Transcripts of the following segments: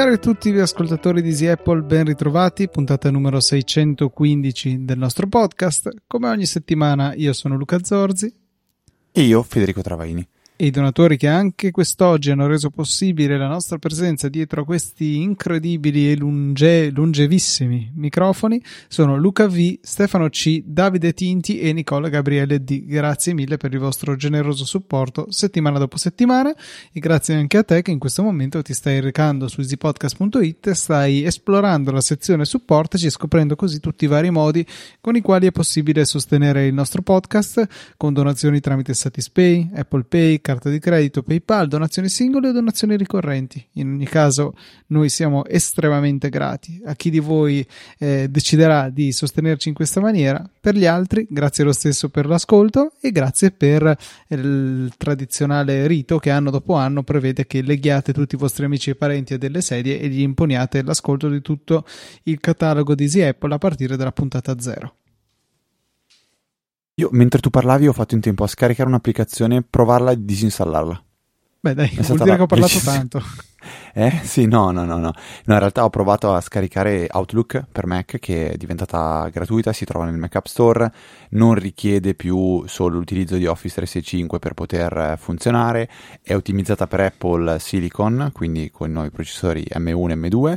Cari a tutti gli ascoltatori di Easy Apple, ben ritrovati, puntata numero 615 del nostro podcast. Come ogni settimana io sono Luca Zorzi. E io Federico Travaini. E i donatori che anche quest'oggi hanno reso possibile la nostra presenza dietro a questi incredibili e lungevissimi microfoni sono Luca V, Stefano C, Davide Tinti e Nicola Gabriele D. Grazie mille per il vostro generoso supporto settimana dopo settimana e grazie anche a te che in questo momento ti stai recando su easypodcast.it e stai esplorando la sezione supportaci e scoprendo così tutti i vari modi con i quali è possibile sostenere il nostro podcast con donazioni tramite Satispay, Apple Pay, carta di credito, PayPal, donazioni singole o donazioni ricorrenti. In ogni caso noi siamo estremamente grati a chi di voi deciderà di sostenerci in questa maniera. Per gli altri grazie lo stesso per l'ascolto e grazie per il tradizionale rito che anno dopo anno prevede che leghiate tutti i vostri amici e parenti a delle sedie e gli imponiate l'ascolto di tutto il catalogo di Easy Apple a partire dalla puntata 0. Io, mentre tu parlavi, ho fatto in tempo a scaricare un'applicazione, provarla e disinstallarla. Beh dai, vuol dire che ho parlato tanto. Sì, no. No, in realtà ho provato a scaricare Outlook per Mac, che è diventata gratuita, si trova nel Mac App Store, non richiede più solo l'utilizzo di Office 365 per poter funzionare, è ottimizzata per Apple Silicon, quindi con i nuovi processori M1 e M2,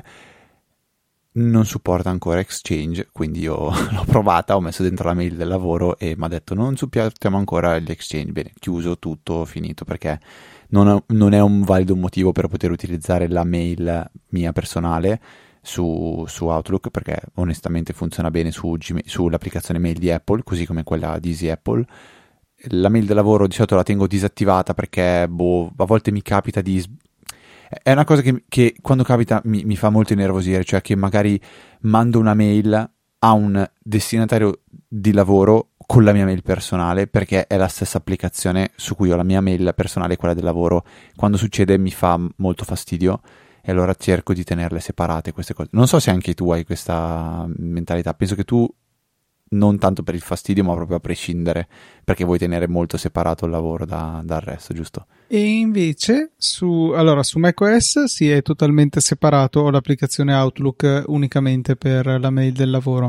non supporta ancora Exchange, quindi io l'ho provata, ho messo dentro la mail del lavoro e mi ha detto non supportiamo ancora gli Exchange. Bene, chiuso tutto, finito, perché non è un valido motivo per poter utilizzare la mail mia personale su Outlook, perché onestamente funziona bene sull'applicazione mail di Apple, così come quella di Easy Apple. La mail del lavoro di solito la tengo disattivata perché a volte mi capita di... È una cosa che quando capita mi fa molto innervosire, cioè che magari mando una mail a un destinatario di lavoro con la mia mail personale, perché è la stessa applicazione su cui ho la mia mail personale e quella del lavoro. Quando succede mi fa molto fastidio e allora cerco di tenerle separate queste cose. Non so se anche tu hai questa mentalità, penso che tu non tanto per il fastidio ma proprio a prescindere, perché vuoi tenere molto separato il lavoro dal resto, giusto? E invece su macOS si è totalmente separato, ho l'applicazione Outlook unicamente per la mail del lavoro.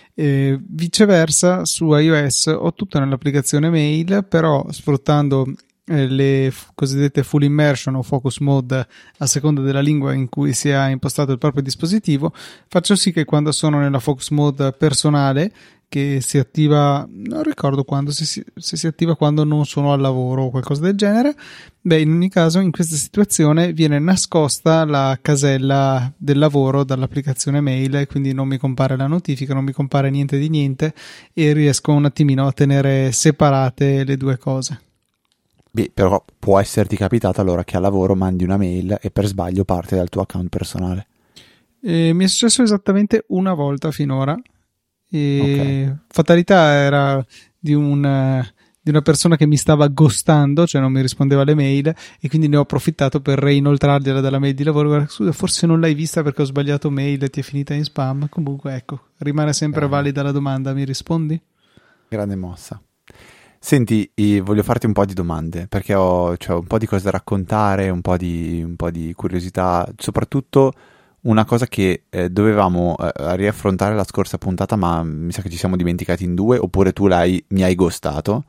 Viceversa su iOS ho tutto nell'applicazione mail, però sfruttando le cosiddette full immersion o focus mode a seconda della lingua in cui si è impostato il proprio dispositivo, faccio sì che quando sono nella focus mode personale, che si attiva, non ricordo quando, se si attiva quando non sono al lavoro o qualcosa del genere, in ogni caso in questa situazione viene nascosta la casella del lavoro dall'applicazione mail e quindi non mi compare la notifica, non mi compare niente di niente e riesco un attimino a tenere separate le due cose. Però può esserti capitato allora che al lavoro mandi una mail e per sbaglio parte dal tuo account personale. Mi è successo esattamente una volta finora. Okay. Fatalità era di una persona che mi stava ghostando, cioè non mi rispondeva alle mail e quindi ne ho approfittato per reinoltrargliela dalla mail di lavoro. Guarda, scusa, forse non l'hai vista perché ho sbagliato mail e ti è finita in spam. Comunque ecco, rimane sempre valida la domanda, mi rispondi? Grande mossa. Senti, voglio farti un po' di domande perché ho un po' di cose da raccontare, un po' di curiosità, soprattutto una cosa che dovevamo riaffrontare la scorsa puntata, ma mi sa che ci siamo dimenticati in due, oppure tu mi hai ghostato.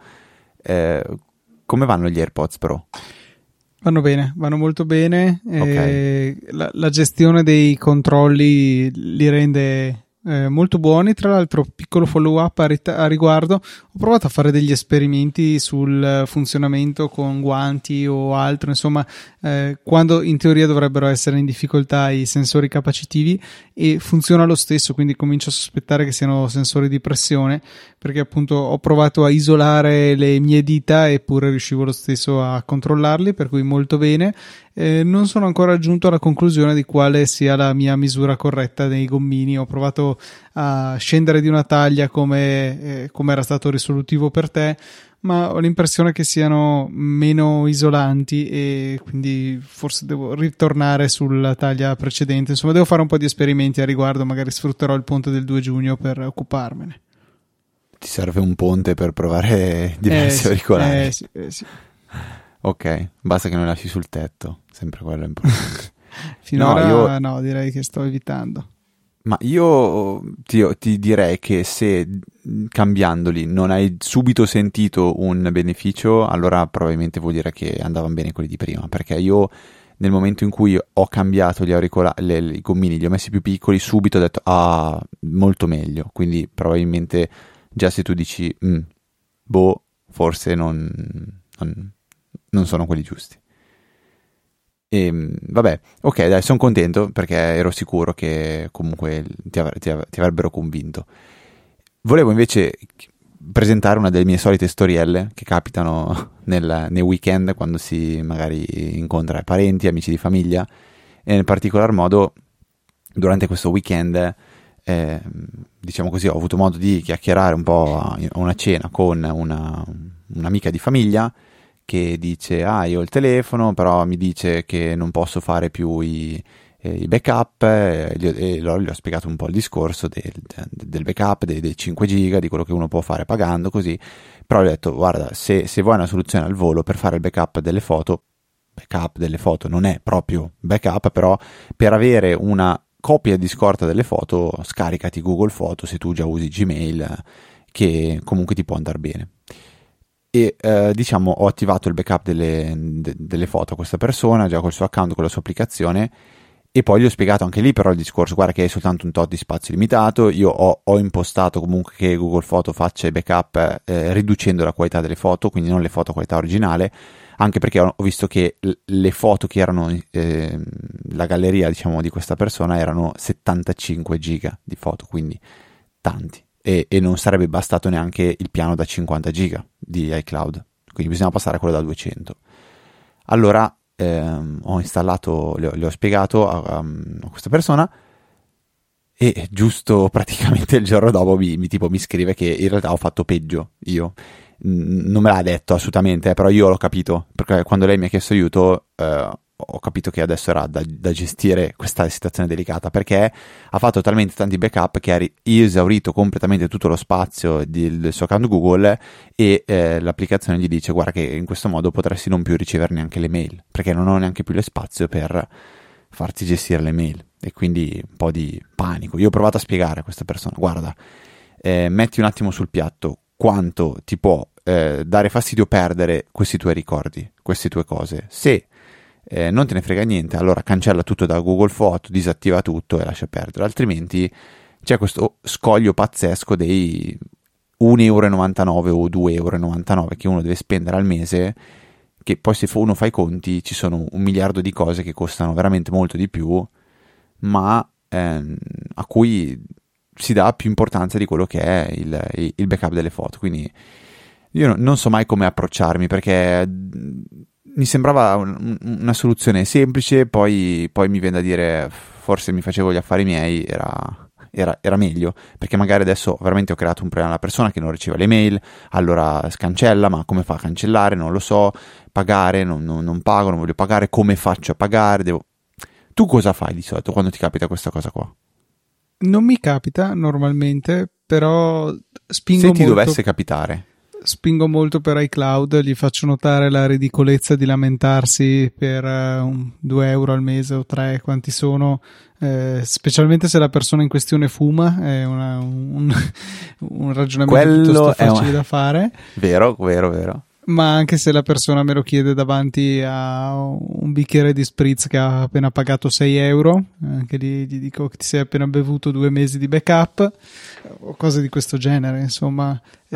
Come vanno gli AirPods Pro? Vanno bene, vanno molto bene. Okay. La gestione dei controlli li rende molto buoni. Tra l'altro, piccolo follow up a riguardo, ho provato a fare degli esperimenti sul funzionamento con guanti o altro, insomma, quando in teoria dovrebbero essere in difficoltà i sensori capacitivi, e funziona lo stesso, quindi comincio a sospettare che siano sensori di pressione, perché appunto ho provato a isolare le mie dita eppure riuscivo lo stesso a controllarli, per cui molto bene. Non sono ancora giunto alla conclusione di quale sia la mia misura corretta dei gommini. Ho provato a scendere di una taglia come era stato risolutivo per te, ma ho l'impressione che siano meno isolanti e quindi forse devo ritornare sulla taglia precedente. Insomma, devo fare un po' di esperimenti a riguardo, magari sfrutterò il ponte del 2 giugno per occuparmene. Ti serve un ponte per provare diversi auricolari? Sì. Ok, basta che non lasci sul tetto, sempre quello è importante. Finora no, direi che sto evitando. Ma io ti direi che se cambiandoli non hai subito sentito un beneficio, allora probabilmente vuol dire che andavano bene quelli di prima, perché io nel momento in cui ho cambiato gli auricolari, i gommini, li ho messi più piccoli, subito ho detto molto meglio, quindi probabilmente già se tu dici forse non sono quelli giusti. E vabbè, ok, dai, sono contento perché ero sicuro che comunque ti avrebbero convinto. Volevo invece presentare una delle mie solite storielle che capitano nei weekend, quando si magari incontra parenti, amici di famiglia, e nel particolar modo durante questo weekend, diciamo così, ho avuto modo di chiacchierare un po' a una cena con un'amica di famiglia che dice: io ho il telefono, però mi dice che non posso fare più i backup, e gli ho spiegato un po' il discorso del backup, dei 5 giga, di quello che uno può fare pagando così. Però gli ho detto: guarda, se vuoi una soluzione al volo per fare il backup delle foto non è proprio backup, però per avere una copia di scorta delle foto scaricati Google Foto, se tu già usi Gmail, che comunque ti può andare bene. E diciamo ho attivato il backup delle foto a questa persona già col suo account, con la sua applicazione, e poi gli ho spiegato anche lì però il discorso: guarda che hai soltanto un tot di spazio limitato, io ho impostato comunque che Google Foto faccia i backup riducendo la qualità delle foto, quindi non le foto a qualità originale, anche perché ho visto che le foto che erano la galleria, diciamo, di questa persona erano 75 giga di foto, quindi tanti. E non sarebbe bastato neanche il piano da 50 giga di iCloud, quindi bisogna passare a quello da 200. Allora ho installato, le ho spiegato a questa persona, e giusto praticamente il giorno dopo mi scrive che in realtà ho fatto peggio io. Non me l'ha detto assolutamente, però io l'ho capito, perché quando lei mi ha chiesto aiuto ho capito che adesso era da gestire questa situazione delicata, perché ha fatto talmente tanti backup che ha esaurito completamente tutto lo spazio del suo account Google, e l'applicazione gli dice: guarda che in questo modo potresti non più ricevere neanche le mail, perché non ho neanche più lo spazio per farti gestire le mail. E quindi un po' di panico. Io ho provato a spiegare a questa persona: guarda, metti un attimo sul piatto quanto ti può dare fastidio perdere questi tuoi ricordi, queste tue cose. Se non te ne frega niente, allora cancella tutto da Google Foto, disattiva tutto e lascia perdere, altrimenti c'è questo scoglio pazzesco dei 1,99 € o 2,99 € che uno deve spendere al mese, che poi se uno fa i conti ci sono 1 miliardo di cose che costano veramente molto di più, ma a cui si dà più importanza di quello che è il backup delle foto. Quindi io non so mai come approcciarmi, perché mi sembrava una soluzione semplice, poi mi viene da dire forse mi facevo gli affari miei, era meglio, perché magari adesso veramente ho creato un problema alla persona che non riceve le mail, allora scancella, ma come fa a cancellare? Non lo so. Pagare, non pago, non voglio pagare, come faccio a pagare? Tu cosa fai di solito quando ti capita questa cosa qua? Non mi capita normalmente, però spingo Se ti molto. dovesse capitare, Spingo molto per iCloud, gli faccio notare la ridicolezza di lamentarsi per 2 euro al mese o 3, quanti sono, specialmente se la persona in questione fuma. È un ragionamento piuttosto facile da fare. Vero. Ma anche se la persona me lo chiede davanti a un bicchiere di spritz che ha appena pagato 6 euro, anche lì gli dico che ti sei appena bevuto 2 mesi di backup o cose di questo genere, insomma.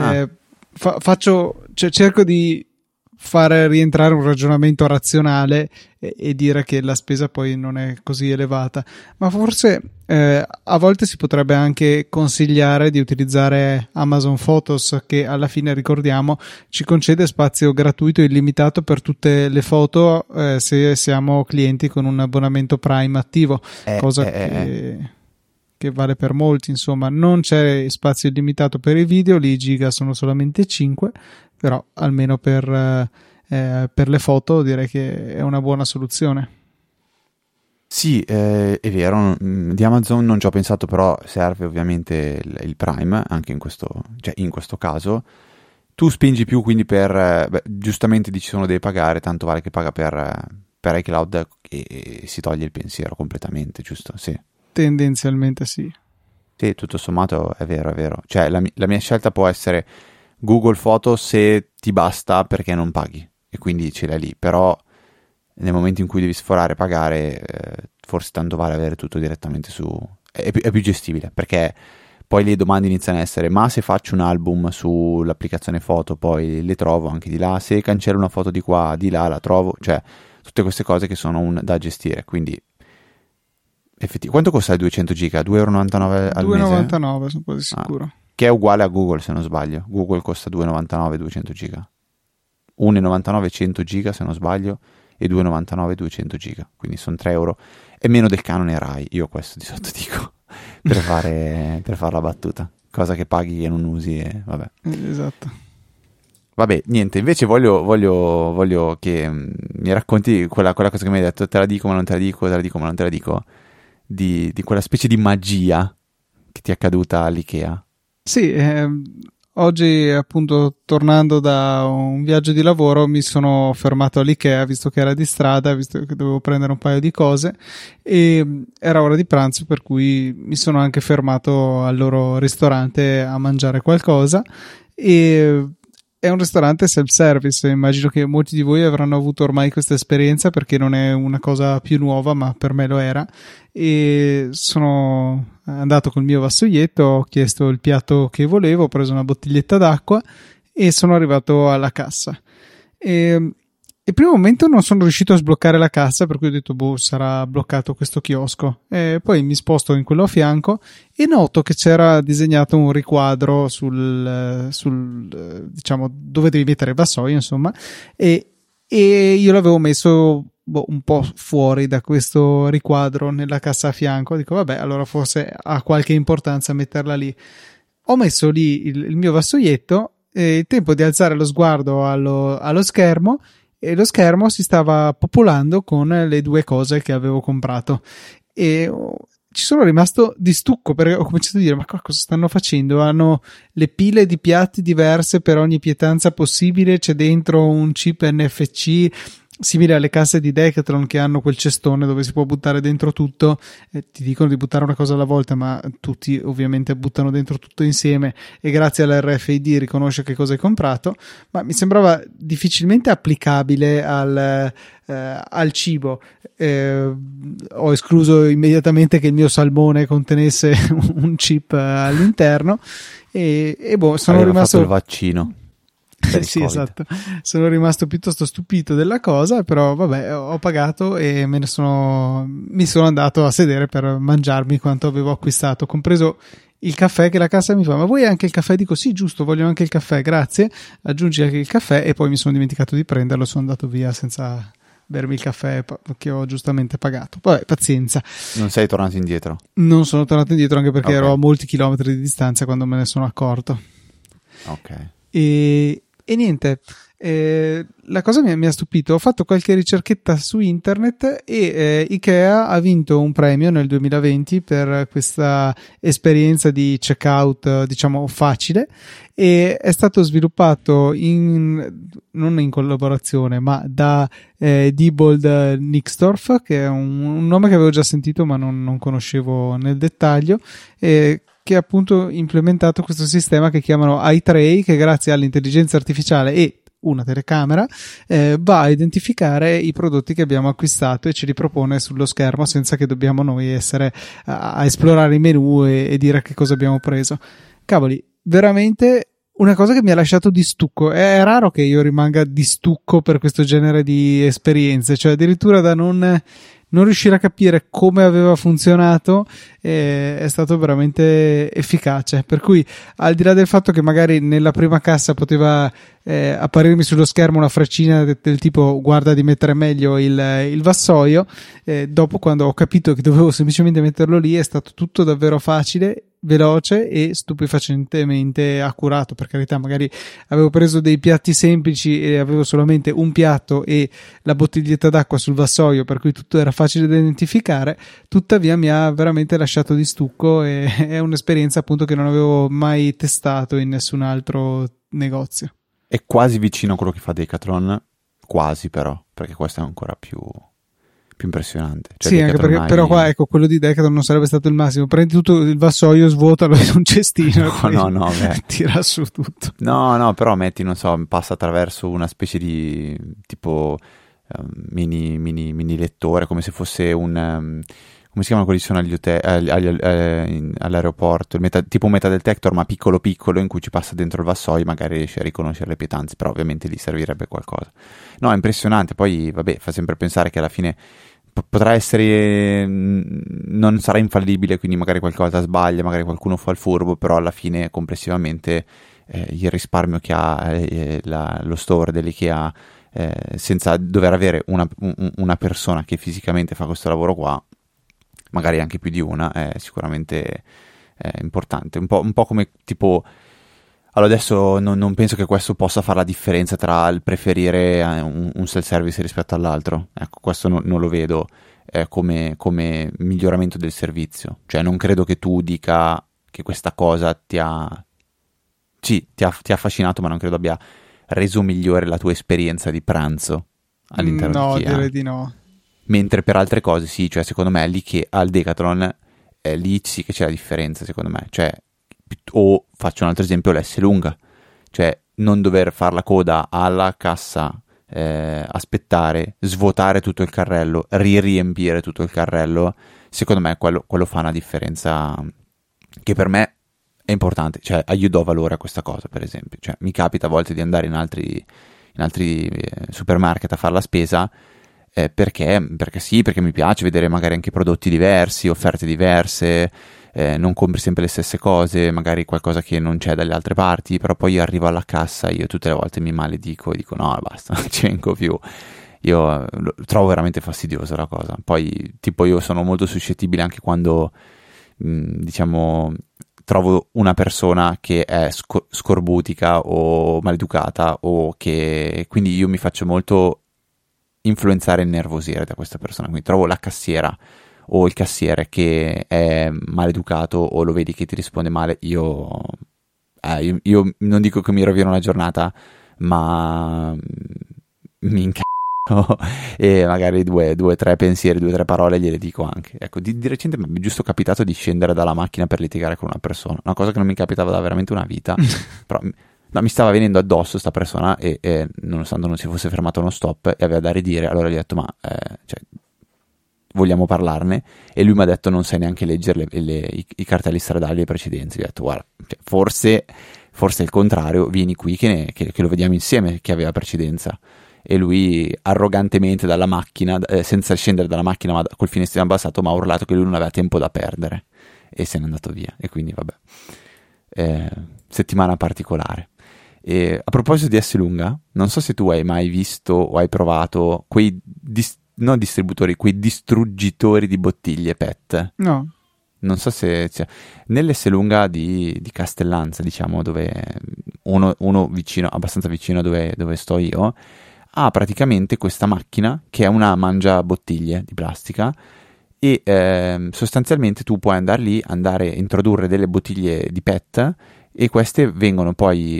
Cerco di fare rientrare un ragionamento razionale e dire che la spesa poi non è così elevata, ma forse a volte si potrebbe anche consigliare di utilizzare Amazon Photos, che alla fine, ricordiamo, ci concede spazio gratuito e illimitato per tutte le foto se siamo clienti con un abbonamento Prime attivo, cosa che vale per molti. Insomma, non c'è spazio illimitato per i video, lì i giga sono solamente 5, però almeno per le foto direi che è una buona soluzione. Sì, è vero, di Amazon non ci ho pensato, però serve ovviamente il Prime anche in questo caso. Tu spingi più quindi giustamente dici se uno deve pagare, tanto vale che paga per per iCloud e si toglie il pensiero completamente, giusto? Sì. Tendenzialmente sì. Sì, tutto sommato è vero, è vero. Cioè la mia scelta può essere Google Foto se ti basta perché non paghi e quindi ce l'hai lì, però nel momento in cui devi sforare e pagare, forse tanto vale avere tutto direttamente su... È più gestibile, perché poi le domande iniziano a essere: ma se faccio un album sull'applicazione foto poi le trovo anche di là, se cancello una foto di qua, di là la trovo, cioè tutte queste cose che sono da gestire, quindi quanto costa il 200 giga? 2,99 € al mese? 2,99 sono quasi sicuro. Che è uguale a Google se non sbaglio. Google costa 2,99 200 giga. 1,99 100 giga se non sbaglio e 2,99 200 giga, quindi sono 3 euro e meno del canone Rai, io questo di sotto dico per fare la battuta, cosa che paghi e non usi e vabbè. Esatto. Vabbè, niente, invece voglio che mi racconti quella cosa che mi hai detto, te la dico ma non te la dico, te la dico ma non te la dico, di quella specie di magia che ti è accaduta all'Ikea. Sì, oggi appunto tornando da un viaggio di lavoro mi sono fermato all'Ikea visto che era di strada, visto che dovevo prendere un paio di cose e era ora di pranzo, per cui mi sono anche fermato al loro ristorante a mangiare qualcosa. E è un ristorante self-service, immagino che molti di voi avranno avuto ormai questa esperienza perché non è una cosa più nuova, ma per me lo era. E sono andato col mio vassoietto, ho chiesto il piatto che volevo, ho preso una bottiglietta d'acqua e sono arrivato alla cassa. E il primo momento non sono riuscito a sbloccare la cassa, per cui ho detto boh, sarà bloccato questo chiosco. E poi mi sposto in quello a fianco e noto che c'era disegnato un riquadro sul diciamo dove devi mettere il vassoio, insomma, e io l'avevo messo un po' fuori da questo riquadro nella cassa a fianco. Dico vabbè, allora forse ha qualche importanza metterla lì. Ho messo lì il mio vassoietto e il tempo di alzare lo sguardo allo schermo, e lo schermo si stava popolando con le due cose che avevo comprato e ci sono rimasto di stucco perché ho cominciato a dire: ma cosa stanno facendo? Hanno le pile di piatti diverse per ogni pietanza possibile, c'è dentro un chip NFC simile alle casse di Decathlon che hanno quel cestone dove si può buttare dentro tutto. Ti dicono di buttare una cosa alla volta, ma tutti ovviamente buttano dentro tutto insieme e grazie all'RFID riconosce che cosa hai comprato, ma mi sembrava difficilmente applicabile al cibo. Ho escluso immediatamente che il mio salmone contenesse un chip all'interno e boh, sono rimasto fatto il vaccino. Sì, esatto. Sono rimasto piuttosto stupito della cosa, però vabbè, ho pagato e mi sono andato a sedere per mangiarmi quanto avevo acquistato, compreso il caffè, che la cassa mi fa: ma vuoi anche il caffè? Dico sì, giusto, voglio anche il caffè, grazie. Aggiungi anche il caffè, e poi mi sono dimenticato di prenderlo, sono andato via senza bermi il caffè che ho giustamente pagato. Vabbè, pazienza. Non sei tornato indietro? Non sono tornato indietro, anche perché ero a molti chilometri di distanza quando me ne sono accorto. Ok. E niente, la cosa mi ha stupito. Ho fatto qualche ricerchetta su internet e Ikea ha vinto un premio nel 2020 per questa esperienza di checkout, diciamo, facile, e è stato sviluppato non in collaborazione, ma da Diebold Nixdorf, che è un nome che avevo già sentito ma non conoscevo nel dettaglio, che ha appunto implementato questo sistema che chiamano iTray, che grazie all'intelligenza artificiale e una telecamera va a identificare i prodotti che abbiamo acquistato e ce li propone sullo schermo senza che dobbiamo noi essere a esplorare i menu e dire che cosa abbiamo preso. Cavoli, veramente una cosa che mi ha lasciato di stucco. È raro che io rimanga di stucco per questo genere di esperienze, cioè addirittura da non riuscire a capire come aveva funzionato. È stato veramente efficace, per cui al di là del fatto che magari nella prima cassa poteva apparirmi sullo schermo una freccina del tipo guarda di mettere meglio il vassoio, dopo, quando ho capito che dovevo semplicemente metterlo lì, è stato tutto davvero facile, veloce e stupefacentemente accurato. Per carità, magari avevo preso dei piatti semplici e avevo solamente un piatto e la bottiglietta d'acqua sul vassoio, per cui tutto era facile da identificare, tuttavia mi ha veramente lasciato di stucco e è un'esperienza appunto che non avevo mai testato in nessun altro negozio. È quasi vicino a quello che fa Decathlon, quasi, però, perché questo è ancora più più impressionante. Cioè, sì, anche perché però qua, ecco, quello di Decathlon non sarebbe stato il massimo. Prendi tutto il vassoio, svuotalo in un cestino no, tira su tutto. No, però metti, non so, passa attraverso una specie di tipo mini lettore, come se fosse un come si chiamano quelli che sono agli hotel, all'aeroporto, tipo un metal detector, ma piccolo piccolo, in cui ci passa dentro il vassoio, magari riesce a riconoscere le pietanze, però ovviamente gli servirebbe qualcosa. No, è impressionante. Poi vabbè, fa sempre pensare che alla fine potrà essere, non sarà infallibile, quindi magari qualcosa sbaglia, magari qualcuno fa il furbo, però alla fine complessivamente il risparmio che ha lo store dell'IKEA, senza dover avere una persona che fisicamente fa questo lavoro qua, magari anche più di una, è sicuramente importante. Un po' come tipo... Allora adesso non penso che questo possa fare la differenza tra il preferire un self-service rispetto all'altro. Ecco, questo non lo vedo come miglioramento del servizio. Cioè non credo che tu dica che questa cosa ti ha affascinato, ma non credo abbia reso migliore la tua esperienza di pranzo all'interno di IKEA. No, direi di no. Mentre per altre cose sì, cioè secondo me lì che al Decathlon lì sì che c'è la differenza, secondo me. Cioè, o faccio un altro esempio, l'S lunga, cioè non dover fare la coda alla cassa, aspettare, svuotare tutto il carrello, riempire tutto il carrello, secondo me quello fa una differenza che per me è importante. Cioè io do valore a questa cosa, per esempio. Cioè mi capita a volte di andare in altri supermarket a fare la spesa, perché mi piace vedere magari anche prodotti diversi, offerte diverse, non compri sempre le stesse cose, magari qualcosa che non c'è dalle altre parti, però poi io arrivo alla cassa, io tutte le volte mi maledico e dico no, basta, non ci vengo più. Io trovo veramente fastidiosa la cosa. Poi tipo io sono molto suscettibile anche quando diciamo trovo una persona che è scorbutica o maleducata, o che quindi io mi faccio molto influenzare e innervosire da questa persona. Quindi trovo la cassiera o il cassiere che è maleducato, o lo vedi che ti risponde male, io non dico che mi rovino una giornata, ma mi incazzo e magari due o tre pensieri, 2 o 3 parole gliele dico anche. Ecco, di recente mi è giusto capitato di scendere dalla macchina per litigare con una persona, una cosa che non mi capitava da veramente una vita. Però no, mi stava venendo addosso sta persona e nonostante non si fosse fermato uno stop e aveva da ridire, allora gli ho detto ma cioè, vogliamo parlarne? E lui mi ha detto non sai neanche leggere i cartelli stradali dei precedenze. Gli ho detto guarda, cioè, forse è il contrario, vieni qui che lo vediamo insieme che aveva precedenza. E lui arrogantemente dalla macchina, senza scendere dalla macchina ma col finestrino abbassato, mi ha urlato che lui non aveva tempo da perdere e se n'è andato via. E quindi vabbè, settimana particolare. E a proposito di Esselunga, non so se tu hai mai visto o hai provato quei non distributori, quei distruggitori di bottiglie PET. No. Non so se nell'Esselunga di Castellanza, diciamo, dove uno vicino, abbastanza vicino a dove sto io, ha praticamente questa macchina che è una mangiabottiglie di plastica e sostanzialmente tu puoi andare lì, andare a introdurre delle bottiglie di PET e queste verranno poi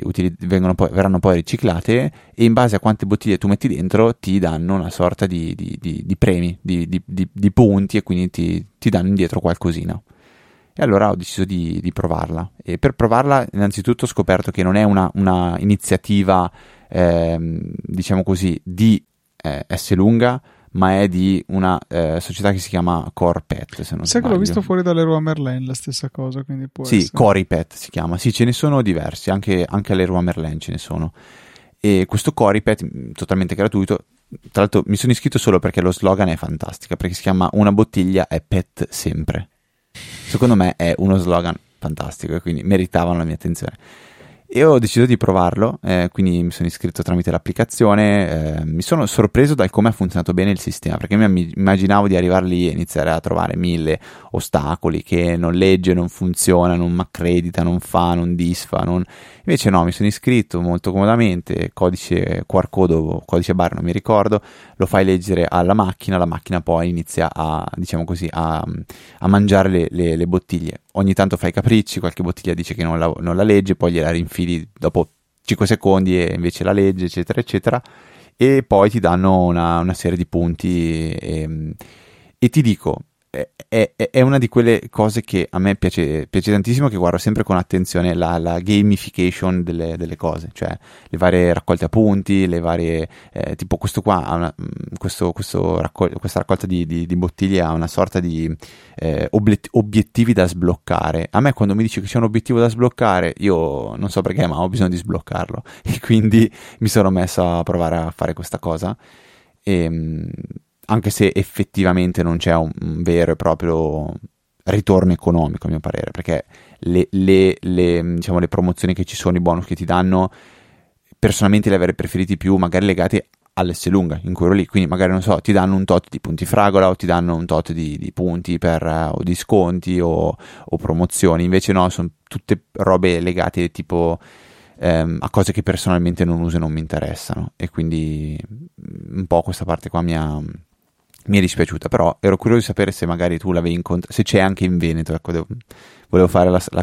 riciclate e in base a quante bottiglie tu metti dentro ti danno una sorta di premi, di punti, e quindi ti danno indietro qualcosina. E allora ho deciso di provarla, e per provarla innanzitutto ho scoperto che non è una iniziativa diciamo così di Esselunga, ma è di una società che si chiama Corpet, se non Sai sbaglio. che l'ho visto fuori dalle Leroy Merlin la stessa cosa, quindi può Sì, essere. Coripet si chiama. Sì, ce ne sono diversi, anche alle Leroy Merlin ce ne sono. E questo Coripet totalmente gratuito. Tra l'altro mi sono iscritto solo perché lo slogan è fantastico, perché si chiama una bottiglia è PET sempre. Secondo me è uno slogan fantastico e quindi meritavano la mia attenzione. E ho deciso di provarlo, quindi mi sono iscritto tramite l'applicazione. Mi sono sorpreso dal come ha funzionato bene il sistema, perché mi immaginavo di arrivare lì e iniziare a trovare 1000 ostacoli, che non legge, non funziona, non m'accredita, non fa, non disfa, invece no, mi sono iscritto molto comodamente, codice QR code o codice barra non mi ricordo, lo fai leggere alla macchina, la macchina poi inizia a, diciamo così, a mangiare le bottiglie. Ogni tanto fai capricci, qualche bottiglia dice che non la legge, poi gliela rinfili dopo 5 secondi e invece la legge, eccetera, eccetera. e poi ti danno una serie di punti e ti dico, è una di quelle cose che a me piace tantissimo, che guardo sempre con attenzione, la gamification delle cose, cioè le varie raccolte a punti, le varie tipo questo qua ha questa raccolta di bottiglie ha una sorta di obiettivi da sbloccare. A me quando mi dici che c'è un obiettivo da sbloccare, io non so perché, ma ho bisogno di sbloccarlo e quindi mi sono messo a provare a fare questa cosa. Anche se effettivamente non c'è un vero e proprio ritorno economico, a mio parere, perché diciamo, le promozioni che ci sono, i bonus che ti danno, personalmente li avrei preferiti più magari legati all'S lunga, in quello lì, quindi magari non so, ti danno un tot di punti fragola o ti danno un tot di punti per o disconti o promozioni, invece no, sono tutte robe legate tipo a cose che personalmente non uso e non mi interessano, e quindi un po' questa parte qua mi è dispiaciuta, però ero curioso di sapere se magari tu l'avevi incontrato, se c'è anche in Veneto, ecco, volevo fare la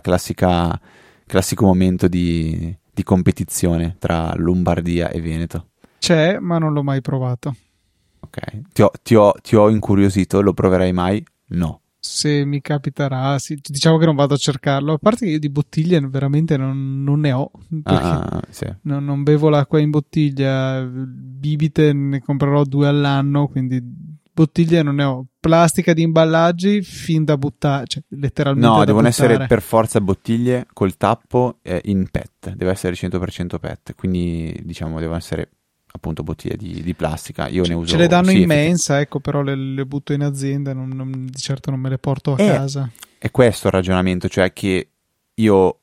classico momento di competizione tra Lombardia e Veneto. C'è, ma non l'ho mai provato. Ok, ti ho incuriosito, lo proverai mai? No. Se mi capiterà, sì, diciamo che non vado a cercarlo. A parte che io di bottiglie veramente non ne ho, perché sì. non bevo l'acqua in bottiglia, bibite ne comprerò 2 all'anno, quindi bottiglie non ne ho. Plastica di imballaggi fin da buttare, cioè letteralmente No, da devono buttare. essere per forza bottiglie col tappo in PET, deve essere 100% PET, quindi diciamo devono essere appunto bottiglie di plastica. Io ne uso, ce le danno sì, in mensa, ecco, però le butto in azienda, di certo non me le porto a casa. È questo il ragionamento, cioè che io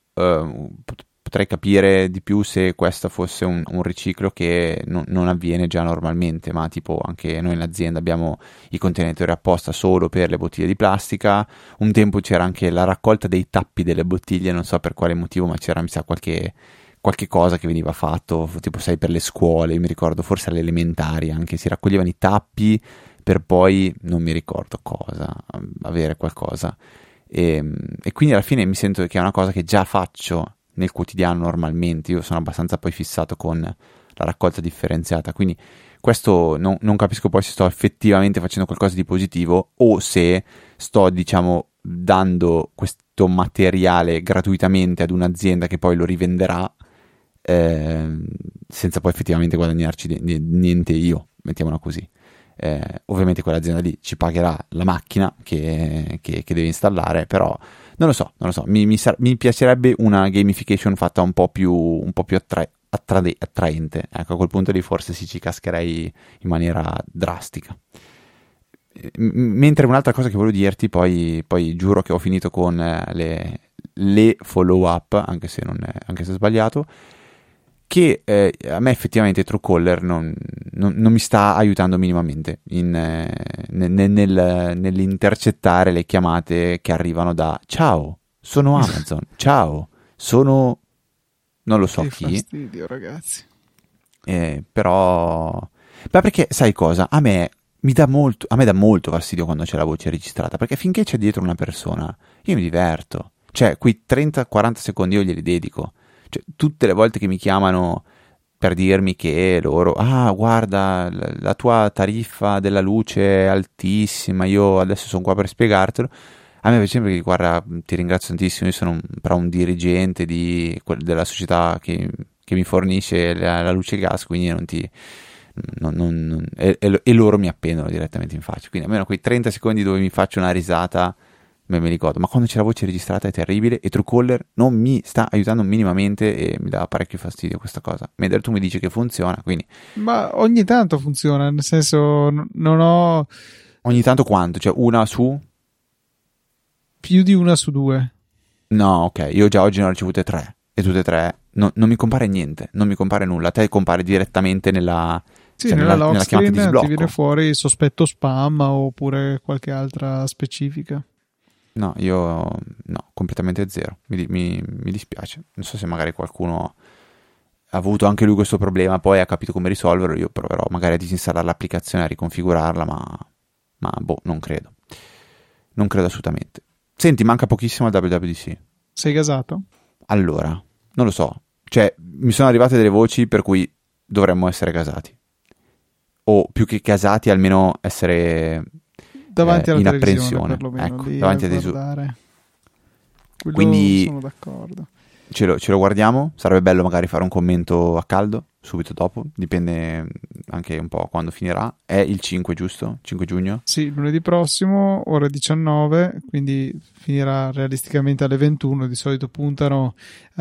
potrei capire di più se questo fosse un riciclo che non avviene già normalmente, ma tipo anche noi in azienda abbiamo i contenitori apposta solo per le bottiglie di plastica. Un tempo c'era anche la raccolta dei tappi delle bottiglie, non so per quale motivo, ma c'era, mi sa, qualche cosa che veniva fatto, tipo sai, per le scuole, io mi ricordo forse alle elementari anche, si raccoglievano i tappi per poi, non mi ricordo cosa, avere qualcosa. E quindi alla fine mi sento che è una cosa che già faccio nel quotidiano normalmente. Io sono abbastanza poi fissato con la raccolta differenziata, quindi questo non capisco poi se sto effettivamente facendo qualcosa di positivo o se sto, diciamo, dando questo materiale gratuitamente ad un'azienda che poi lo rivenderà senza poi effettivamente guadagnarci niente io, mettiamola così. Ovviamente quell'azienda lì ci pagherà la macchina che deve installare, però non lo so, mi piacerebbe una gamification fatta un po' più attraente. Ecco, a quel punto lì forse sì, ci cascherei in maniera drastica. Mentre un'altra cosa che volevo dirti, poi giuro che ho finito con le follow up, anche se è sbagliato, che a me effettivamente Truecaller non mi sta aiutando minimamente nell'intercettare le chiamate che arrivano da ciao, sono Amazon, ciao, sono non lo so che chi. fastidio, ragazzi. Però perché sai cosa? A me dà molto fastidio quando c'è la voce registrata, perché finché c'è dietro una persona io mi diverto, cioè quei 30-40 secondi io glieli dedico. Cioè, tutte le volte che mi chiamano per dirmi che loro, guarda, la tua tariffa della luce è altissima, io adesso sono qua per spiegartelo, a me piace sempre che, guarda, ti ringrazio tantissimo, io sono però un dirigente della società che mi fornisce la luce e il gas, quindi e loro mi appendono direttamente in faccia, quindi almeno quei 30 secondi dove mi faccio una risata mi ricordo, ma quando c'è la voce registrata è terribile, e Truecaller non mi sta aiutando minimamente e mi dà parecchio fastidio questa cosa. Mentre tu mi dici che funziona, quindi... Ma ogni tanto funziona, nel senso non ho... Ogni tanto quanto? Cioè una su? Più di una su 2. No, ok, io già oggi ne ho ricevute 3, e tutte e 3 non mi compare niente, non mi compare nulla, a te compare direttamente nella... Sì, cioè nella nella lock chiamata screen di sblocco. ti viene fuori sospetto spam oppure qualche altra specifica. No, io no, completamente zero, mi dispiace. Non so se magari qualcuno ha avuto anche lui questo problema, poi ha capito come risolverlo. Io proverò magari a disinstallare l'applicazione, a riconfigurarla, ma boh, non credo assolutamente. Senti, manca pochissimo al WWDC. Sei gasato? Allora, non lo so, cioè mi sono arrivate delle voci per cui dovremmo essere gasati. o più che casati almeno essere davanti alla in televisione, apprensione, perlomeno, ecco, lì davanti a a guardare. Quello quindi sono d'accordo. ce lo guardiamo, sarebbe bello magari fare un commento a caldo subito dopo, dipende anche un po' quando finirà. È il 5, giusto? 5 giugno? Sì, lunedì prossimo, ore 19, quindi finirà realisticamente alle 21. Di solito puntano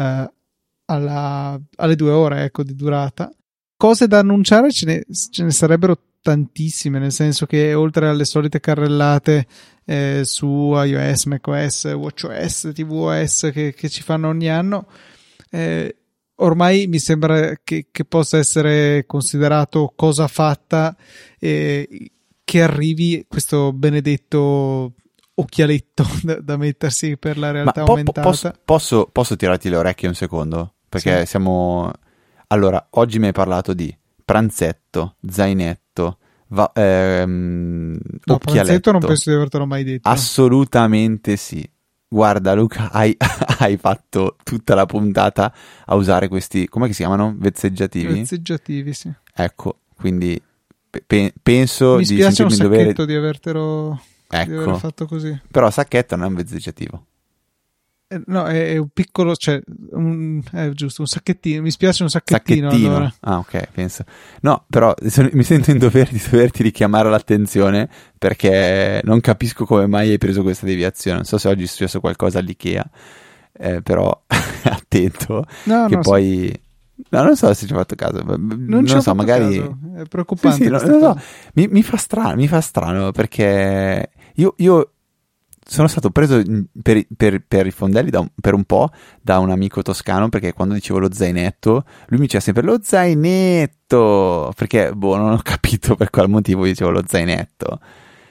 alle 2 ore, ecco, di durata. Cose da annunciare ce ne sarebbero tantissime, nel senso che oltre alle solite carrellate su iOS, macOS, watchOS, tvOS che ci fanno ogni anno, ormai mi sembra che possa essere considerato cosa fatta che arrivi questo benedetto occhialetto da mettersi per la realtà aumentata. Posso tirarti le orecchie un secondo? Perché Sì. Allora, oggi mi hai parlato di pranzetto, zainetto, No, occhialetto. pranzetto non penso di avertelo mai detto. Assolutamente sì. Guarda Luca, hai fatto tutta la puntata a usare questi, come si chiamano? Vezzeggiativi? Vezzeggiativi, sì. Ecco, quindi penso Mi di spiace un sentirmi in dovere. sacchetto di avertelo di aver Ecco, fatto così. però sacchetto non è un vezzeggiativo. No, è un piccolo, cioè, è giusto, un sacchettino. Mi spiace un sacchettino, allora. Ah, ok, penso. No, però mi sento in dovere di doverti richiamare l'attenzione perché non capisco come mai hai preso questa deviazione. Non so se oggi è successo qualcosa all'IKEA, però attento No, che no, poi... sì. No, non so se ci ho fatto caso. Non ci Non ho so, fatto magari... caso. È preoccupante. Sì, non questa lo so. cosa. Mi fa strano perché io sono stato preso per i fondelli per un po' da un amico toscano perché quando dicevo lo zainetto, lui mi diceva sempre lo zainetto perché, non ho capito per quale motivo dicevo lo zainetto.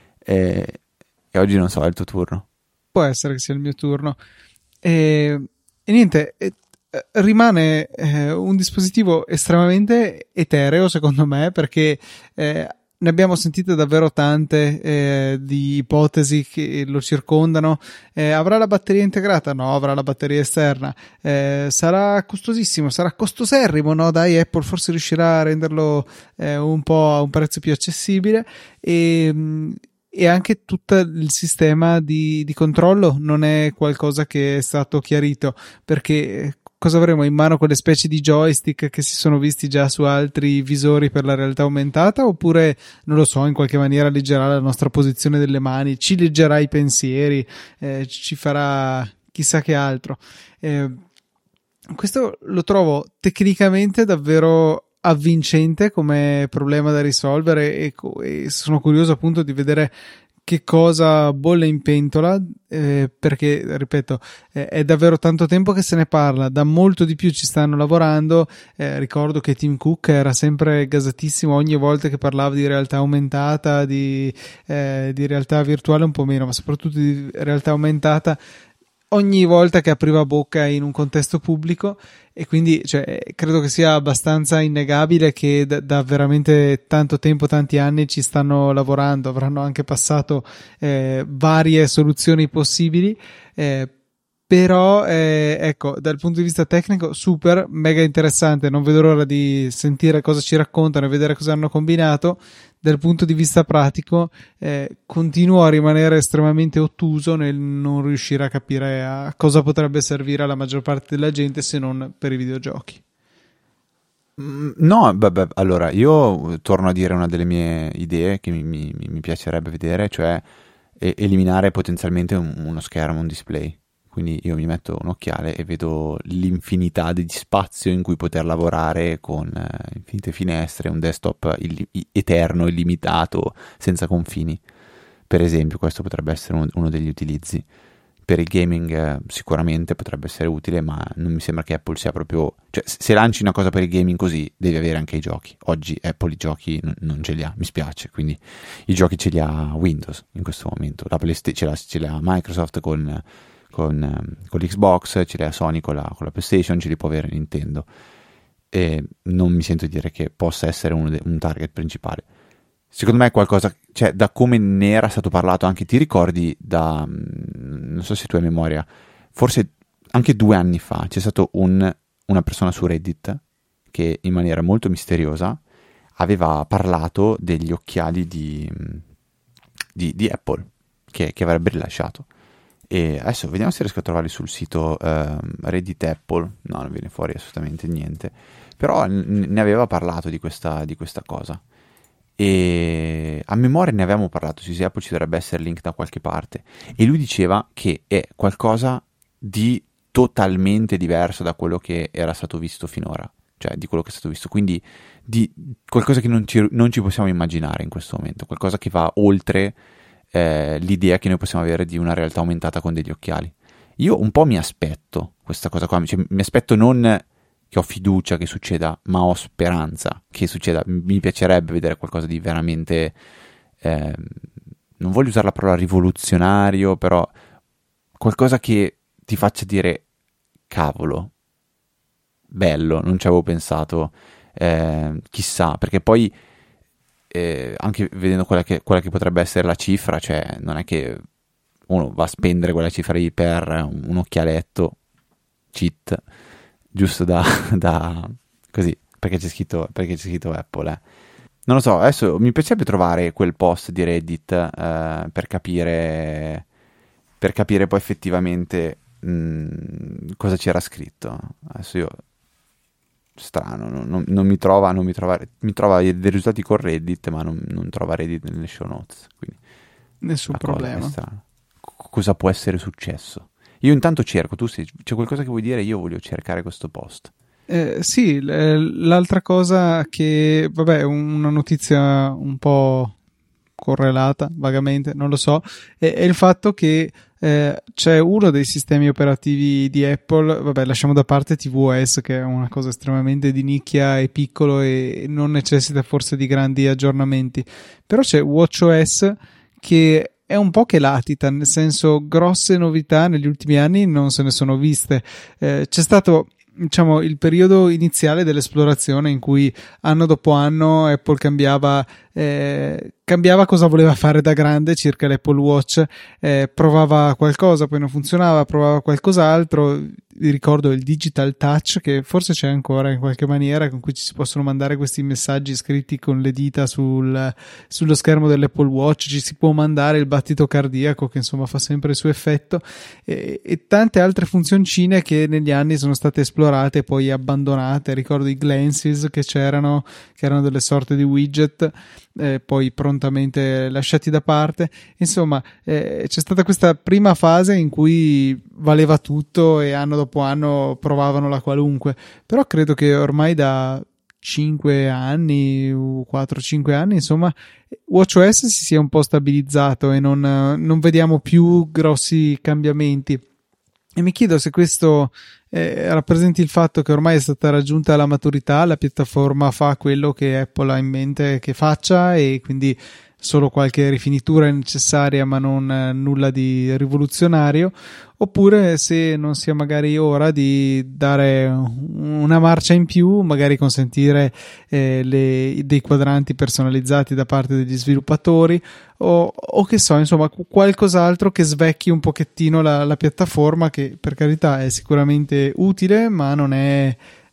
E oggi non so, è il tuo turno. Può essere che sia il mio turno. E niente, rimane un dispositivo estremamente etereo, secondo me, perché ne abbiamo sentite davvero tante di ipotesi che lo circondano. Avrà la batteria integrata? No, avrà la batteria esterna. Sarà costosissimo, sarà costoserrimo, no? Dai, Apple forse riuscirà a renderlo un po' a un prezzo più accessibile. E anche tutto il sistema di controllo non è qualcosa che è stato chiarito, perché cosa avremo in mano, quelle specie di joystick che si sono visti già su altri visori per la realtà aumentata, oppure non lo so, in qualche maniera leggerà la nostra posizione delle mani, ci leggerà i pensieri, ci farà chissà che altro. Questo lo trovo tecnicamente davvero avvincente come problema da risolvere e sono curioso appunto di vedere che cosa bolle in pentola, perché ripeto, è davvero tanto tempo che se ne parla, da molto di più ci stanno lavorando. Ricordo che Tim Cook era sempre gasatissimo ogni volta che parlava di realtà aumentata, di realtà virtuale un po' meno, ma soprattutto di realtà aumentata ogni volta che apriva bocca in un contesto pubblico, e quindi credo che sia abbastanza innegabile che da veramente tanto tempo, tanti anni ci stanno lavorando. Avranno anche passato varie soluzioni possibili, però ecco, dal punto di vista tecnico super, mega interessante, non vedo l'ora di sentire cosa ci raccontano e vedere cosa hanno combinato. Dal punto di vista pratico continuo a rimanere estremamente ottuso nel non riuscire a capire a cosa potrebbe servire alla maggior parte della gente se non per i videogiochi. No, allora io torno a dire una delle mie idee che mi piacerebbe vedere, cioè eliminare potenzialmente uno schermo, un display. Quindi io mi metto un occhiale e vedo l'infinità di spazio in cui poter lavorare con infinite finestre, un desktop eterno, illimitato, senza confini. Per esempio, questo potrebbe essere uno degli utilizzi. Per il gaming sicuramente potrebbe essere utile, ma non mi sembra che Apple sia proprio... Cioè, se lanci una cosa per il gaming così, devi avere anche i giochi. Oggi Apple i giochi non ce li ha, mi spiace. Quindi i giochi ce li ha Windows in questo momento. La PlayStation ce l'ha Microsoft con l'Xbox, ce l'ha Sony con la PlayStation, ce li può avere Nintendo. E non mi sento di dire che possa essere un target principale. Secondo me è qualcosa, cioè, da come ne era stato parlato anche, ti ricordi non so se tu hai memoria, forse anche 2 anni fa c'è stato una persona su Reddit che in maniera molto misteriosa aveva parlato degli occhiali di Apple che avrebbe rilasciato. E adesso vediamo se riesco a trovarli sul sito Reddit Apple. No, non viene fuori assolutamente niente, però ne aveva parlato di questa cosa, e a memoria ne avevamo parlato su Easy Apple, ci dovrebbe essere link da qualche parte, e lui diceva che è qualcosa di totalmente diverso da quello che era stato visto finora, cioè di quello che è stato visto, quindi di qualcosa che non ci possiamo immaginare in questo momento, qualcosa che va oltre l'idea che noi possiamo avere di una realtà aumentata con degli occhiali. Io un po' mi aspetto questa cosa qua, cioè, mi aspetto, non che ho fiducia che succeda, ma ho speranza che succeda. Mi piacerebbe vedere qualcosa di veramente non voglio usare la parola rivoluzionario, però qualcosa che ti faccia dire cavolo, bello, non ci avevo pensato, chissà, perché poi anche vedendo quella che potrebbe essere la cifra, cioè non è che uno va a spendere quella cifra lì per un occhialetto cheat, giusto da così, perché c'è scritto Apple. Non lo so, adesso mi piacerebbe trovare quel post di Reddit per capire poi effettivamente cosa c'era scritto. Adesso io strano, non mi trova dei risultati con Reddit, ma non trova Reddit nelle show notes, quindi nessun problema. Cosa può essere successo? Io intanto cerco, c'è qualcosa che vuoi dire? Io voglio cercare questo post. Sì, l'altra cosa che, vabbè, una notizia un po' correlata, vagamente, non lo so, è il fatto che c'è uno dei sistemi operativi di Apple, vabbè, lasciamo da parte tvOS, che è una cosa estremamente di nicchia e piccolo e non necessita forse di grandi aggiornamenti, però c'è watchOS che è un po' che latita, nel senso, grosse novità negli ultimi anni non se ne sono viste. C'è stato, diciamo, il periodo iniziale dell'esplorazione in cui anno dopo anno Apple cambiava cosa voleva fare da grande circa l'Apple Watch, provava qualcosa, poi non funzionava, provava qualcos'altro. Vi ricordo il Digital Touch, che forse c'è ancora in qualche maniera, con cui ci si possono mandare questi messaggi scritti con le dita sullo schermo dell'Apple Watch, ci si può mandare il battito cardiaco, che insomma fa sempre il suo effetto, e tante altre funzioncine che negli anni sono state esplorate e poi abbandonate. Ricordo i Glances che c'erano, che erano delle sorte di widget, poi prontamente lasciati da parte. Insomma, c'è stata questa prima fase in cui valeva tutto e anno dopo anno provavano la qualunque, però credo che ormai da 5 anni, 4-5 anni, insomma, watchOS si sia un po' stabilizzato e non vediamo più grossi cambiamenti. E mi chiedo se questo rappresenti il fatto che ormai è stata raggiunta la maturità, la piattaforma fa quello che Apple ha in mente che faccia e quindi solo qualche rifinitura è necessaria, ma non nulla di rivoluzionario, oppure se non sia magari ora di dare una marcia in più, magari consentire dei quadranti personalizzati da parte degli sviluppatori o che so, insomma, qualcos'altro che svecchi un pochettino la piattaforma, che per carità è sicuramente utile, ma non è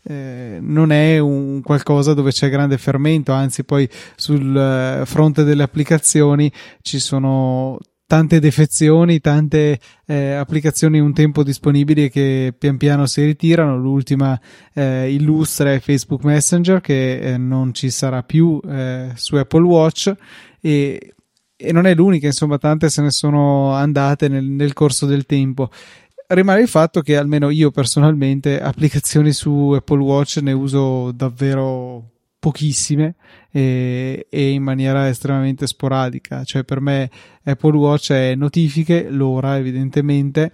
un qualcosa dove c'è grande fermento, anzi poi sul fronte delle applicazioni ci sono tante defezioni, tante applicazioni un tempo disponibili che pian piano si ritirano. L'ultima illustra è Facebook Messenger, che non ci sarà più su Apple Watch, e non è l'unica, insomma tante se ne sono andate nel corso del tempo. Rimane il fatto che almeno io personalmente applicazioni su Apple Watch ne uso davvero pochissime e in maniera estremamente sporadica. Cioè per me Apple Watch è notifiche, l'ora evidentemente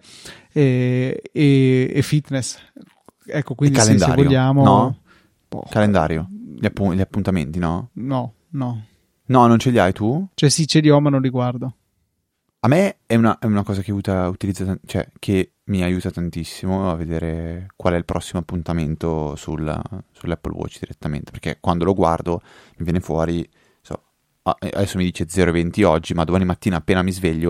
e fitness. Ecco, quindi se vogliamo... No? Calendario, gli appuntamenti, no? No. No, non ce li hai tu? Cioè sì, ce li ho ma non li guardo. A me è una cosa che cioè che mi aiuta tantissimo a vedere qual è il prossimo appuntamento sull'Apple Watch direttamente, perché quando lo guardo mi viene fuori, adesso mi dice 0:20 oggi, ma domani mattina appena mi sveglio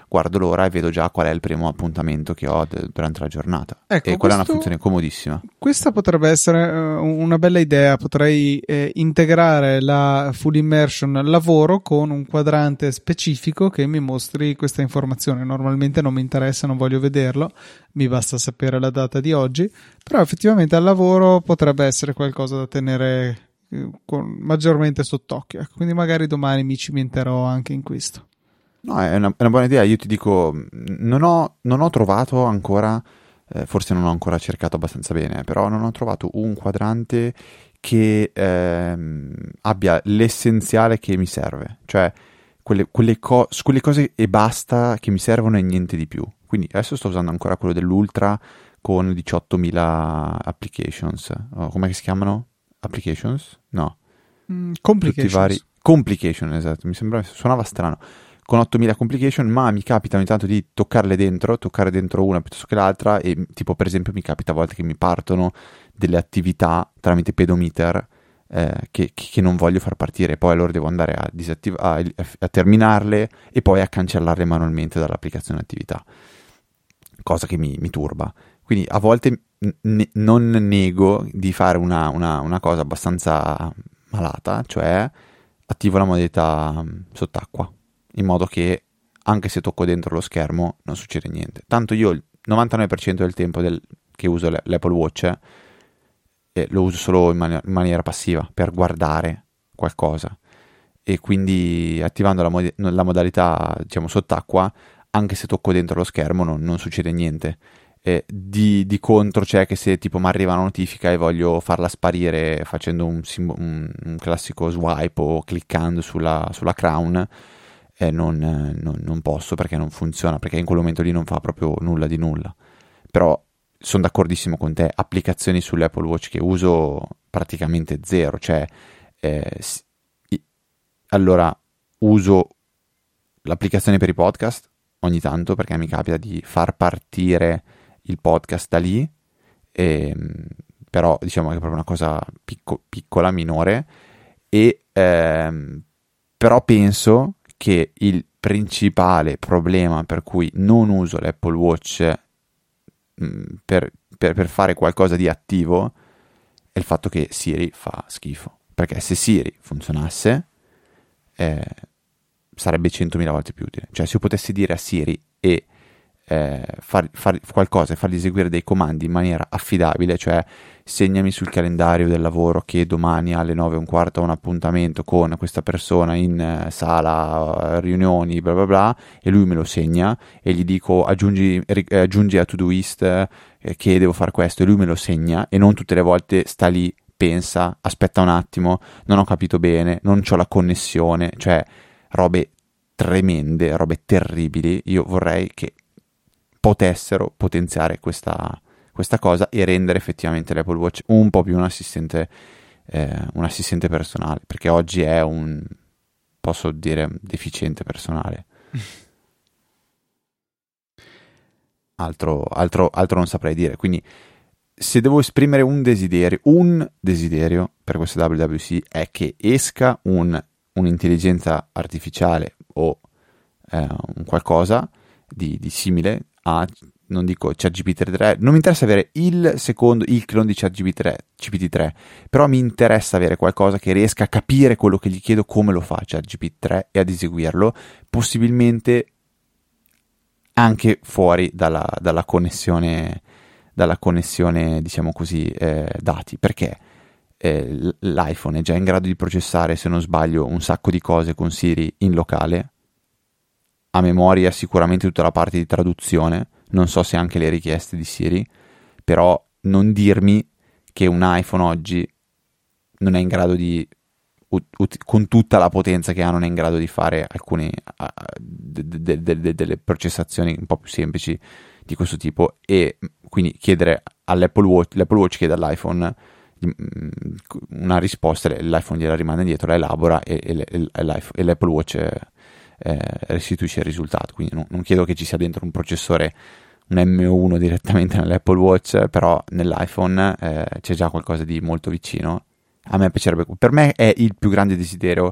guardo l'ora e vedo già qual è il primo appuntamento che ho durante la giornata. Ecco, e quella è una funzione comodissima. Questa potrebbe essere una bella idea. Potrei integrare la full immersion lavoro con un quadrante specifico che mi mostri questa informazione. Normalmente non mi interessa, non voglio vederlo, mi basta sapere la data di oggi, però effettivamente al lavoro potrebbe essere qualcosa da tenere maggiormente sott'occhio. Quindi magari domani mi cimenterò anche in questo. No, è una buona idea. Io ti dico, non ho trovato ancora, forse non ho ancora cercato abbastanza bene, però non ho trovato un quadrante che abbia l'essenziale che mi serve, cioè quelle cose e basta che mi servono e niente di più. Quindi adesso sto usando ancora quello dell'Ultra con 18.000 applications. Come si chiamano? Applications? No. Complications. Complication, esatto, suonava strano. Con 8.000 complication, ma mi capita ogni tanto di toccare dentro una piuttosto che l'altra, e tipo per esempio mi capita a volte che mi partono delle attività tramite pedometer che non voglio far partire, poi allora devo andare a terminarle e poi a cancellarle manualmente dall'applicazione attività, cosa che mi turba. Quindi a volte non nego di fare una cosa abbastanza malata, cioè attivo la modalità sott'acqua, in modo che anche se tocco dentro lo schermo non succede niente. Tanto io il 99% del tempo che uso l'Apple Watch lo uso solo in maniera passiva, per guardare qualcosa, e quindi attivando la modalità, diciamo, sott'acqua, anche se tocco dentro lo schermo non succede niente. Di contro c'è che se tipo mi arriva una notifica e voglio farla sparire facendo un classico swipe o cliccando sulla crown, non posso, perché non funziona, perché in quel momento lì non fa proprio nulla di nulla. Però sono d'accordissimo con te, applicazioni sull'Apple Watch che uso praticamente zero, cioè allora uso l'applicazione per i podcast ogni tanto, perché mi capita di far partire il podcast da lì, però diciamo che è proprio una cosa piccola, minore, e però penso che il principale problema per cui non uso l'Apple Watch per fare qualcosa di attivo è il fatto che Siri fa schifo, perché se Siri funzionasse sarebbe 100.000 volte più utile. Cioè se io potessi dire a Siri e far qualcosa e fargli eseguire dei comandi in maniera affidabile, cioè segnami sul calendario del lavoro che domani alle 9:15 ho un appuntamento con questa persona in sala riunioni bla bla bla, e lui me lo segna, e gli dico aggiungi a Todoist che devo fare questo, e lui me lo segna, e non tutte le volte sta lì, pensa, aspetta un attimo, non ho capito bene, non c'ho la connessione, cioè robe tremende, robe terribili. Io vorrei che potessero potenziare questa cosa e rendere effettivamente l'Apple Watch un po' più un assistente personale, perché oggi è posso dire, deficiente personale. Altro non saprei dire. Quindi se devo esprimere un desiderio per questa WWDC è che esca un'intelligenza artificiale o un qualcosa di simile a, non dico ChatGPT-3, non mi interessa avere il clone di ChatGPT-3, però mi interessa avere qualcosa che riesca a capire quello che gli chiedo, come lo fa ChatGPT-3, e ad eseguirlo, possibilmente anche fuori dalla connessione, diciamo così, dati, perché l'iPhone è già in grado di processare, se non sbaglio, un sacco di cose con Siri in locale, a memoria sicuramente tutta la parte di traduzione, non so se anche le richieste di Siri, però non dirmi che un iPhone oggi non è in grado di, con tutta la potenza che ha, non è in grado di fare alcune delle processazioni un po' più semplici di questo tipo, e quindi chiedere l'Apple Watch chiede all'iPhone una risposta, l'iPhone gliela rimanda indietro, la elabora e l'Apple Watch restituisce il risultato. Quindi non chiedo che ci sia dentro un processore, un M1 direttamente nell'Apple Watch, però nell'iPhone c'è già qualcosa di molto vicino. A me piacerebbe, per me è il più grande desiderio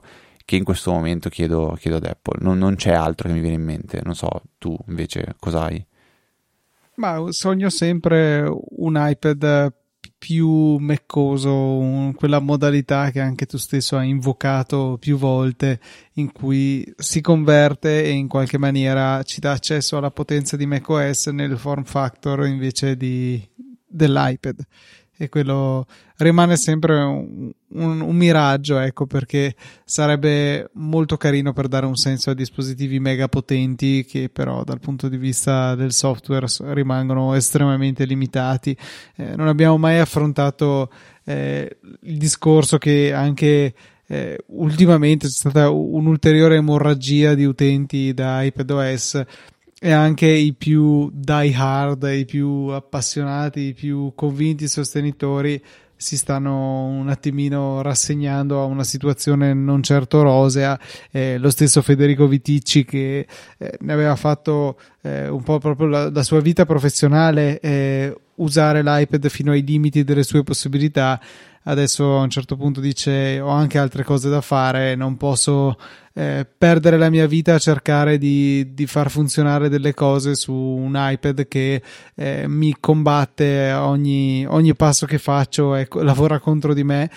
che in questo momento chiedo ad Apple. Non c'è altro che mi viene in mente. Non so, tu invece cosa hai? Ma sogno sempre un iPad più meccoso, quella modalità che anche tu stesso hai invocato più volte, in cui si converte e in qualche maniera ci dà accesso alla potenza di macOS nel form factor invece dell'iPad. E quello rimane sempre un miraggio, ecco, perché sarebbe molto carino per dare un senso a dispositivi mega potenti che però dal punto di vista del software rimangono estremamente limitati. Non abbiamo mai affrontato il discorso che anche ultimamente c'è stata un'ulteriore emorragia di utenti da iPadOS, e anche i più die hard, i più appassionati, i più convinti sostenitori si stanno un attimino rassegnando a una situazione non certo rosea. Lo stesso Federico Viticci, che ne aveva fatto un po' proprio la sua vita professionale, usare l'iPad fino ai limiti delle sue possibilità, adesso a un certo punto dice: ho anche altre cose da fare, non posso perdere la mia vita a cercare di far funzionare delle cose su un iPad che mi combatte ogni passo che faccio e lavora contro di me,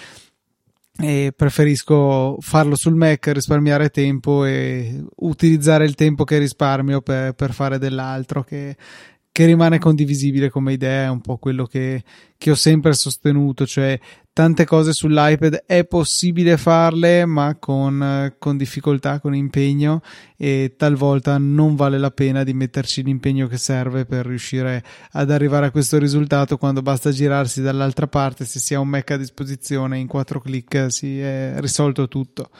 e preferisco farlo sul Mac, risparmiare tempo e utilizzare il tempo che risparmio per fare dell'altro che rimane condivisibile come idea. È un po' quello che ho sempre sostenuto, cioè tante cose sull'iPad è possibile farle, ma con difficoltà, con impegno, e talvolta non vale la pena di metterci l'impegno che serve per riuscire ad arrivare a questo risultato, quando basta girarsi dall'altra parte, se si ha un Mac a disposizione, in 4 clic si è risolto tutto.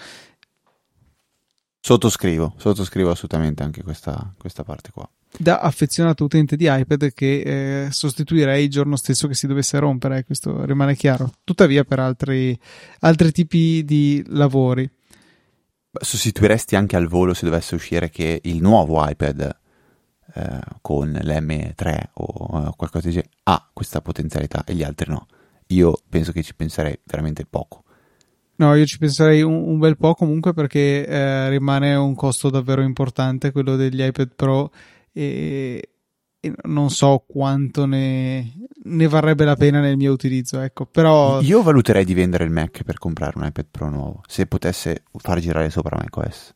Sottoscrivo assolutamente anche questa parte qua. Da affezionato utente di iPad, che sostituirei il giorno stesso che si dovesse rompere, questo rimane chiaro. Tuttavia per altri tipi di lavori. Sostituiresti anche al volo, se dovesse uscire, che il nuovo iPad con l'M3 o qualcosa di genere ha questa potenzialità e gli altri no? Io penso che ci penserei veramente poco. No, io ci penserei un bel po' comunque, perché rimane un costo davvero importante quello degli iPad Pro, e non so quanto ne varrebbe la pena nel mio utilizzo, ecco. Però io valuterei di vendere il Mac per comprare un iPad Pro nuovo, se potesse far girare sopra macOS.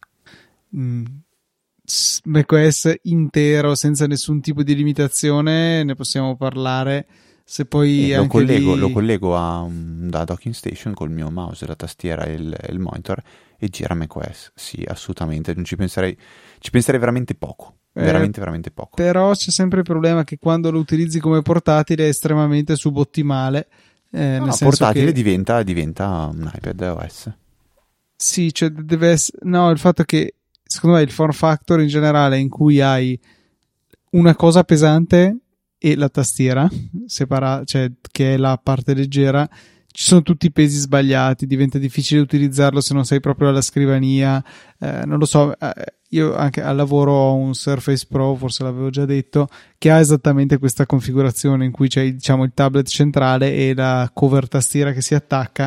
macOS intero senza nessun tipo di limitazione, ne possiamo parlare. Se poi lo anche collego da docking station col mio mouse, la tastiera e il monitor, e gira macOS. Sì, assolutamente, non ci penserei veramente poco. Veramente poco. Però c'è sempre il problema che quando lo utilizzi come portatile è estremamente subottimale. Nel senso portatile che diventa un iPad OS. sì, cioè deve essere, no, il fatto che secondo me il form factor in generale, in cui hai una cosa pesante e la tastiera separata, cioè che è la parte leggera, ci sono tutti i pesi sbagliati, diventa difficile utilizzarlo se non sei proprio alla scrivania. Non lo so, io anche al lavoro ho un Surface Pro, forse l'avevo già detto, che ha esattamente questa configurazione in cui c'è, diciamo, il tablet centrale e la cover tastiera che si attacca,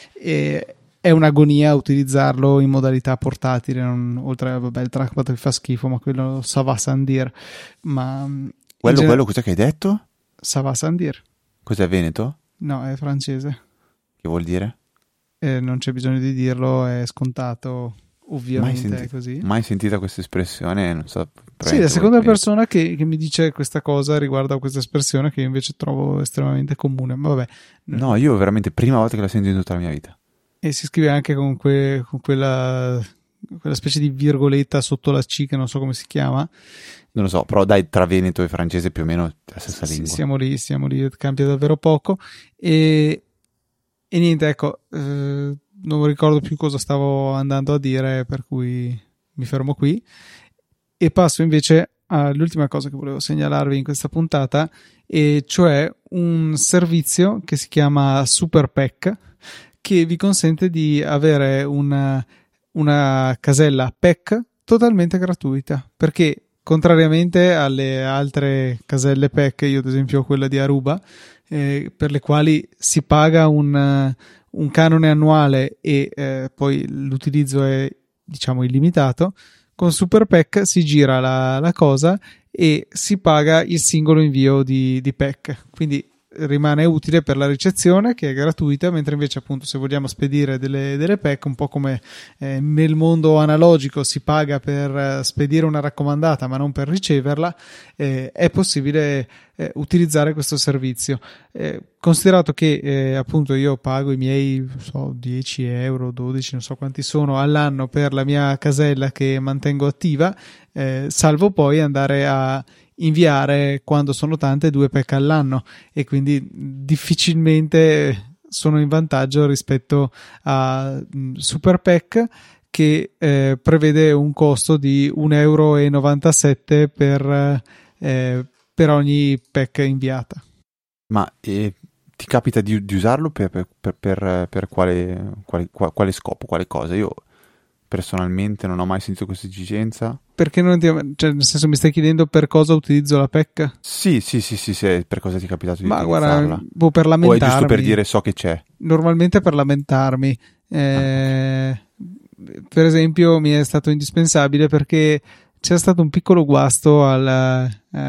e è un'agonia utilizzarlo in modalità portatile, oltre vabbè, il trackpad che fa schifo, ma quello ça va sans dire. Ma quello cos'è che hai detto? Ça va sans dire. Cos'è, veneto? No, è francese. Che vuol dire? Non c'è bisogno di dirlo, è scontato, ovviamente è così. Mai sentita questa espressione, non so. Sì, la seconda persona che mi dice questa cosa riguardo a questa espressione, che io invece trovo estremamente comune. Ma vabbè. No, io veramente prima volta che la sento in tutta la mia vita. E si scrive anche con quella specie di virgoletta sotto la C, che non so come si chiama. Non lo so, però dai, tra veneto e francese più o meno la stessa lingua. Siamo lì, cambia davvero poco. E niente, ecco, non ricordo più cosa stavo andando a dire, per cui mi fermo qui e passo invece all'ultima cosa che volevo segnalarvi in questa puntata, e cioè un servizio che si chiama SuperPack, che vi consente di avere una casella PEC totalmente gratuita, perché contrariamente alle altre caselle PEC, io ad esempio ho quella di Aruba, per le quali si paga un un canone annuale e poi l'utilizzo è, diciamo, illimitato. Con Super Pack si gira la cosa e si paga il singolo invio di pack, quindi rimane utile per la ricezione, che è gratuita, mentre invece appunto se vogliamo spedire delle pack, un po' come nel mondo analogico si paga per spedire una raccomandata ma non per riceverla, è possibile utilizzare questo servizio. Considerato che appunto io pago i miei 10 euro, 12, non so quanti sono all'anno per la mia casella che mantengo attiva, salvo poi andare a inviare, quando sono tante, 2 pack all'anno, e quindi difficilmente sono in vantaggio rispetto a Super Pack, che prevede un costo di 1,97 euro per ogni pack inviata. Ma ti capita di usarlo per quale scopo, quale cosa? Io personalmente non ho mai sentito questa esigenza. Perché cioè, nel senso, mi stai chiedendo per cosa utilizzo la PEC? Sì, per cosa ti è capitato di Ma utilizzarla? guarda, per lamentarmi. O è giusto per dire so che c'è? Normalmente per lamentarmi. Per esempio mi è stato indispensabile perché c'è stato un piccolo guasto alla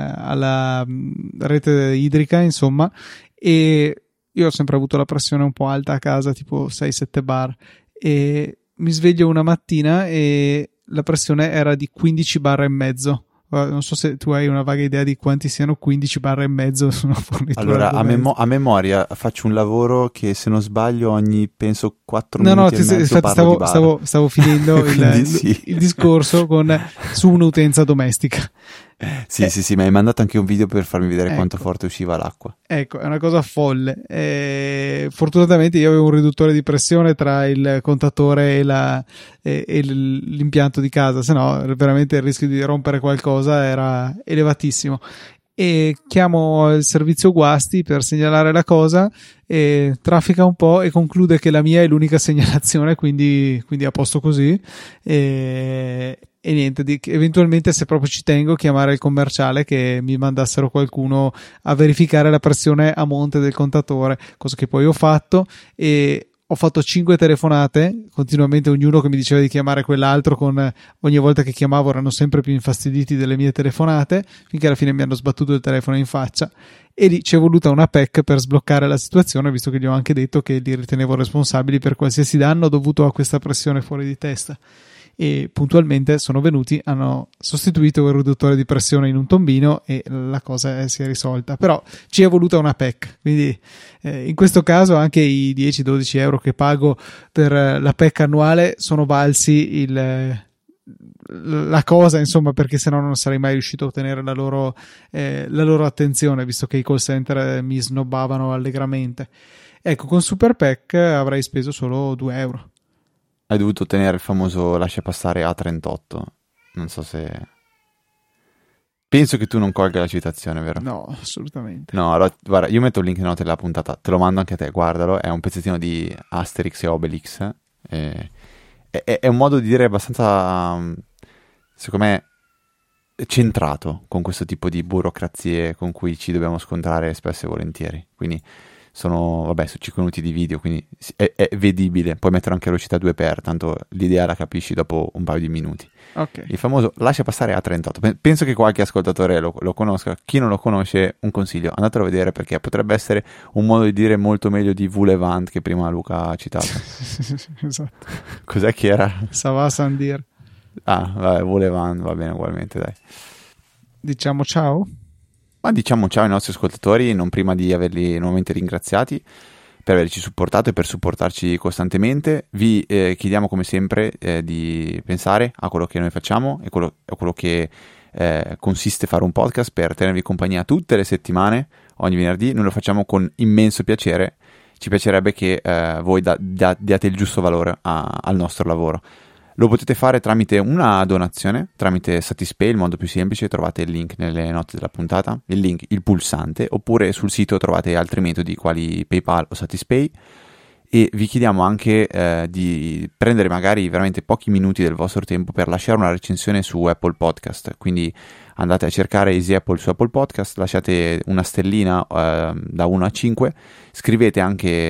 rete idrica, insomma, e io ho sempre avuto la pressione un po' alta a casa, tipo 6-7 bar, e mi sveglio una mattina e la pressione era di 15 bar e mezzo. Non so se tu hai una vaga idea di quanti siano 15 bar e mezzo su una fornitura. Allora, a memoria faccio un lavoro che, se non sbaglio, ogni penso 4 minuti e mezzo parlo di bar. Stavo finendo il discorso su un'utenza domestica. Sì, ma hai mandato anche un video per farmi vedere quanto forte usciva l'acqua. Ecco, è una cosa folle. Fortunatamente io avevo un riduttore di pressione tra il contatore e l'impianto di casa, se no veramente il rischio di rompere qualcosa era elevatissimo. E chiamo il servizio guasti per segnalare la cosa, e traffica un po' e conclude che la mia è l'unica segnalazione, quindi a posto così. E niente, eventualmente, se proprio ci tengo, chiamare il commerciale che mi mandassero qualcuno a verificare la pressione a monte del contatore, cosa che poi ho fatto, e ho fatto 5 telefonate continuamente, ognuno che mi diceva di chiamare quell'altro, ogni volta che chiamavo erano sempre più infastiditi delle mie telefonate, finché alla fine mi hanno sbattuto il telefono in faccia, e lì ci è voluta una PEC per sbloccare la situazione, visto che gli ho anche detto che li ritenevo responsabili per qualsiasi danno dovuto a questa pressione fuori di testa. E puntualmente sono venuti, hanno sostituito il riduttore di pressione in un tombino e la cosa si è risolta. Però ci è voluta una PEC, quindi in questo caso anche i 10-12 euro che pago per la PEC annuale sono valsi la cosa, insomma, perché sennò non sarei mai riuscito a ottenere la loro attenzione, visto che i call center mi snobbavano allegramente. Ecco, con Super PEC avrei speso solo 2 euro. Hai dovuto ottenere il famoso lascia passare A38. Non so se... Penso che tu non colga la citazione, vero? No, assolutamente. No, allora, guarda, io metto il link nelle note della puntata, te lo mando anche a te, guardalo, è un pezzettino di Asterix e Obelix. È un modo di dire abbastanza, secondo me, centrato con questo tipo di burocrazie con cui ci dobbiamo scontrare spesso e volentieri. Quindi sono, su 5 minuti di video, quindi è vedibile. Puoi mettere anche velocità 2x, tanto l'idea la capisci dopo un paio di minuti. Okay. Il famoso lascia passare A38. Penso che qualche ascoltatore lo conosca. Chi non lo conosce, un consiglio: andatelo a vedere, perché potrebbe essere un modo di dire molto meglio di Voulevant, che prima Luca ha citato. Esatto. Cos'è che era? Ça va sans dire. Voulevant, va bene ugualmente, dai. Diciamo ciao? Ma diciamo ciao ai nostri ascoltatori, non prima di averli nuovamente ringraziati per averci supportato e per supportarci costantemente. Vi chiediamo come sempre di pensare a quello che noi facciamo e a quello che consiste fare un podcast per tenervi compagnia tutte le settimane, ogni venerdì. Noi lo facciamo con immenso piacere. Ci piacerebbe che voi diate il giusto valore al nostro lavoro. Lo potete fare tramite una donazione, tramite Satispay, il modo più semplice. Trovate il link nelle note della puntata, il pulsante, oppure sul sito trovate altri metodi quali PayPal o Satispay. E vi chiediamo anche di prendere magari veramente pochi minuti del vostro tempo per lasciare una recensione su Apple Podcast. Quindi andate a cercare Easy Apple su Apple Podcast, lasciate una stellina da 1 a 5, scrivete anche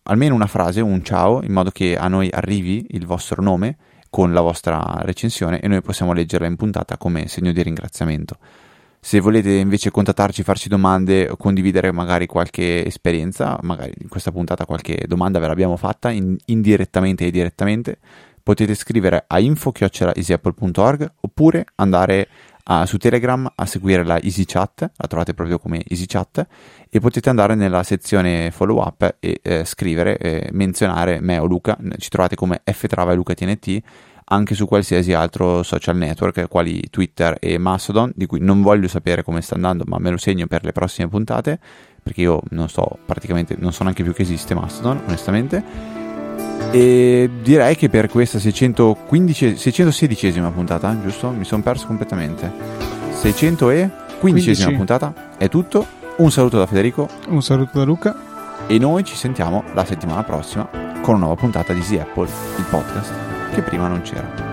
almeno una frase, un ciao, in modo che a noi arrivi il vostro nome con la vostra recensione e noi possiamo leggerla in puntata come segno di ringraziamento. Se volete invece contattarci, farci domande o condividere magari qualche esperienza, magari in questa puntata qualche domanda ve l'abbiamo fatta indirettamente e direttamente, potete scrivere a info@easyapple.org oppure andare su Telegram a seguire la EasyChat, la trovate proprio come EasyChat, e potete andare nella sezione follow up e scrivere, menzionare me o Luca, ci trovate come ftrava e Luca TNT, anche su qualsiasi altro social network quali Twitter e Mastodon, di cui non voglio sapere come sta andando, ma me lo segno per le prossime puntate, perché io non so neanche più che esiste Mastodon, onestamente. E direi che per questa 616esima puntata, giusto? Mi sono perso completamente. 615esima puntata è tutto. Un saluto da Federico, un saluto da Luca, e noi ci sentiamo la settimana prossima con una nuova puntata di Easy Apple, il podcast che prima non c'era.